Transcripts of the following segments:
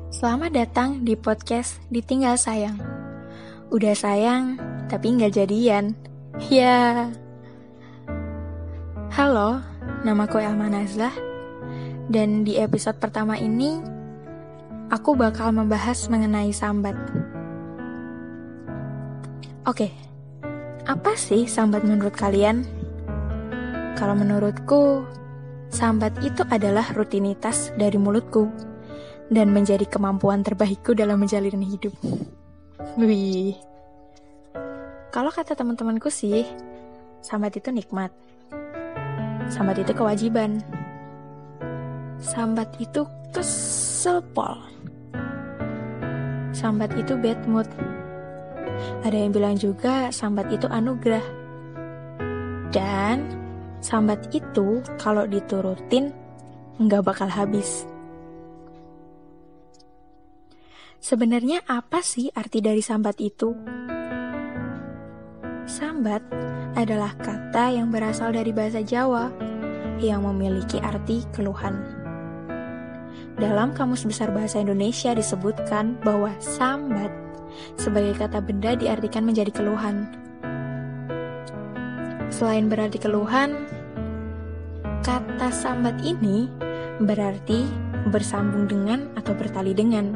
Selamat datang di podcast Ditinggal Sayang. Udah sayang, tapi nggak jadian. Ya. Halo, namaku Elma Nazlah. Dan di episode pertama ini, aku bakal membahas mengenai sambat. Oke, apa sih sambat menurut kalian? Kalau menurutku, sambat itu adalah rutinitas dari mulutku dan menjadi kemampuan terbaikku dalam menjalani hidup. Wih. Kalau kata teman-temanku sih, sambat itu nikmat. Sambat itu kewajiban. Sambat itu kesel pol. Sambat itu bad mood. Ada yang bilang juga sambat itu anugerah. Dan sambat itu kalau diturutin nggak bakal habis. Sebenarnya apa sih arti dari sambat itu? Sambat adalah kata yang berasal dari bahasa Jawa yang memiliki arti keluhan. Dalam Kamus Besar Bahasa Indonesia disebutkan bahwa sambat sebagai kata benda diartikan menjadi keluhan. Selain berarti keluhan, kata sambat ini berarti bersambung dengan atau bertali dengan.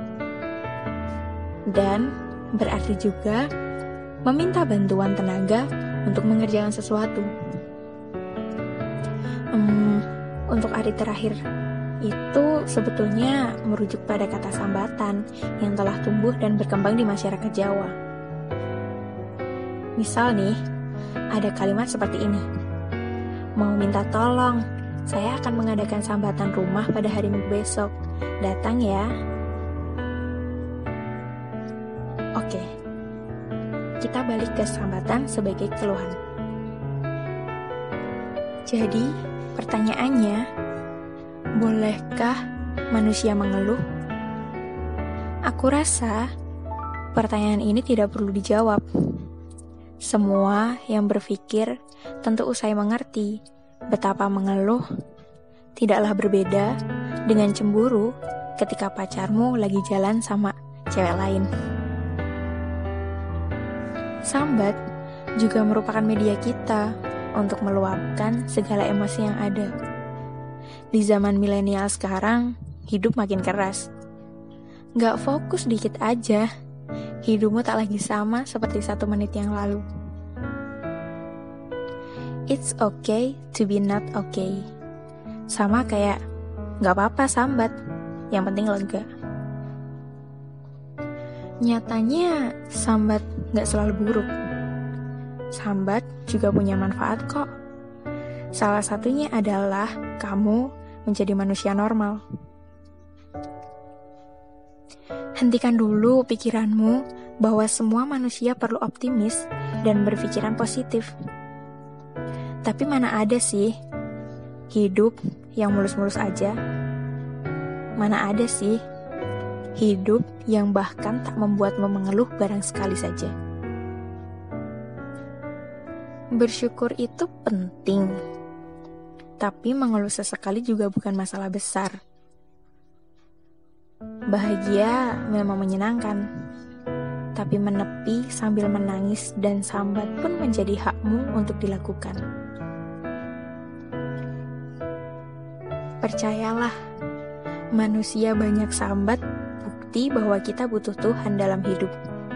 Dan berarti juga meminta bantuan tenaga untuk mengerjakan sesuatu. Untuk arti terakhir itu sebetulnya merujuk pada kata sambatan yang telah tumbuh dan berkembang di masyarakat Jawa. Misal nih, ada kalimat seperti ini. Mau minta tolong, saya akan mengadakan sambatan rumah pada hari Minggu besok. Datang ya. Oke, kita balik ke sambatan sebagai keluhan. Jadi, pertanyaannya, bolehkah manusia mengeluh? Aku rasa pertanyaan ini tidak perlu dijawab. Semua yang berpikir tentu usai mengerti betapa mengeluh tidaklah berbeda dengan cemburu ketika pacarmu lagi jalan sama cewek lain. Sambat juga merupakan media kita untuk meluapkan segala emosi yang ada. Di zaman milenial sekarang, hidup makin keras. Gak fokus dikit aja, hidupmu tak lagi sama seperti 1 menit yang lalu. It's okay to be not okay. Sama kayak, gak apa-apa sambat, yang penting lega. Nyatanya, sambat gak selalu buruk. Sambat juga punya manfaat kok. Salah satunya adalah kamu menjadi manusia normal. Hentikan dulu pikiranmu bahwa semua manusia perlu optimis dan berpikiran positif. Tapi mana ada sih hidup yang mulus-mulus aja? Mana ada sih hidup yang bahkan tak membuatmu mengeluh barang sekali saja? Bersyukur itu penting, tapi mengeluh sesekali juga bukan masalah besar. Bahagia memang menyenangkan, tapi menepi sambil menangis dan sambat pun menjadi hakmu untuk dilakukan. Percayalah, manusia banyak sambat bukti bahwa kita butuh Tuhan dalam hidup.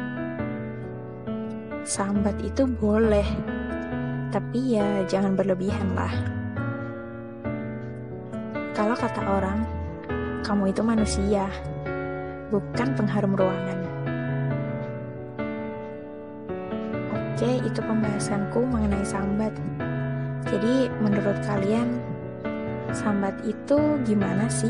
Sambat itu boleh, tapi ya jangan berlebihan lah. Kalau kata orang, kamu itu manusia, bukan pengharum ruangan. Oke, itu pembahasanku mengenai sambat. Jadi, menurut kalian, sambat itu gimana sih?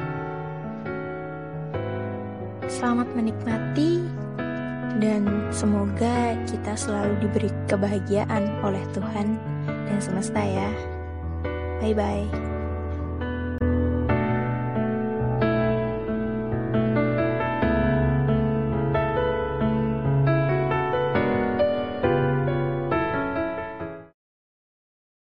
Selamat menikmati, dan semoga kita selalu diberi kebahagiaan oleh Tuhan dan semesta ya. Bye-bye.